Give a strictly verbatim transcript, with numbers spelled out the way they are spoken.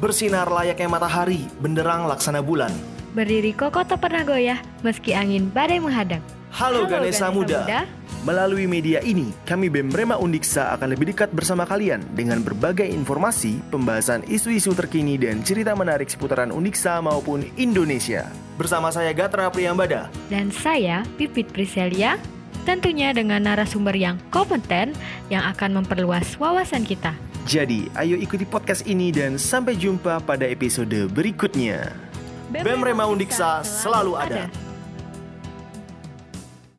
bersinar layaknya matahari, benderang laksana bulan. Berdiri kokoh tak pernah goyah, meski angin badai menghadang. Halo, Halo Ganesha, Ganesha Muda. Muda. Melalui media ini, kami BEM Rema Undiksa akan lebih dekat bersama kalian dengan berbagai informasi, pembahasan isu-isu terkini dan cerita menarik seputaran Undiksa maupun Indonesia. Bersama saya Gatra Priyambada. Dan saya Pipit Priselia, tentunya dengan narasumber yang kompeten yang akan memperluas wawasan kita. Jadi, ayo ikuti podcast ini dan sampai jumpa pada episode berikutnya. BEM Rema Undiksa selalu ada.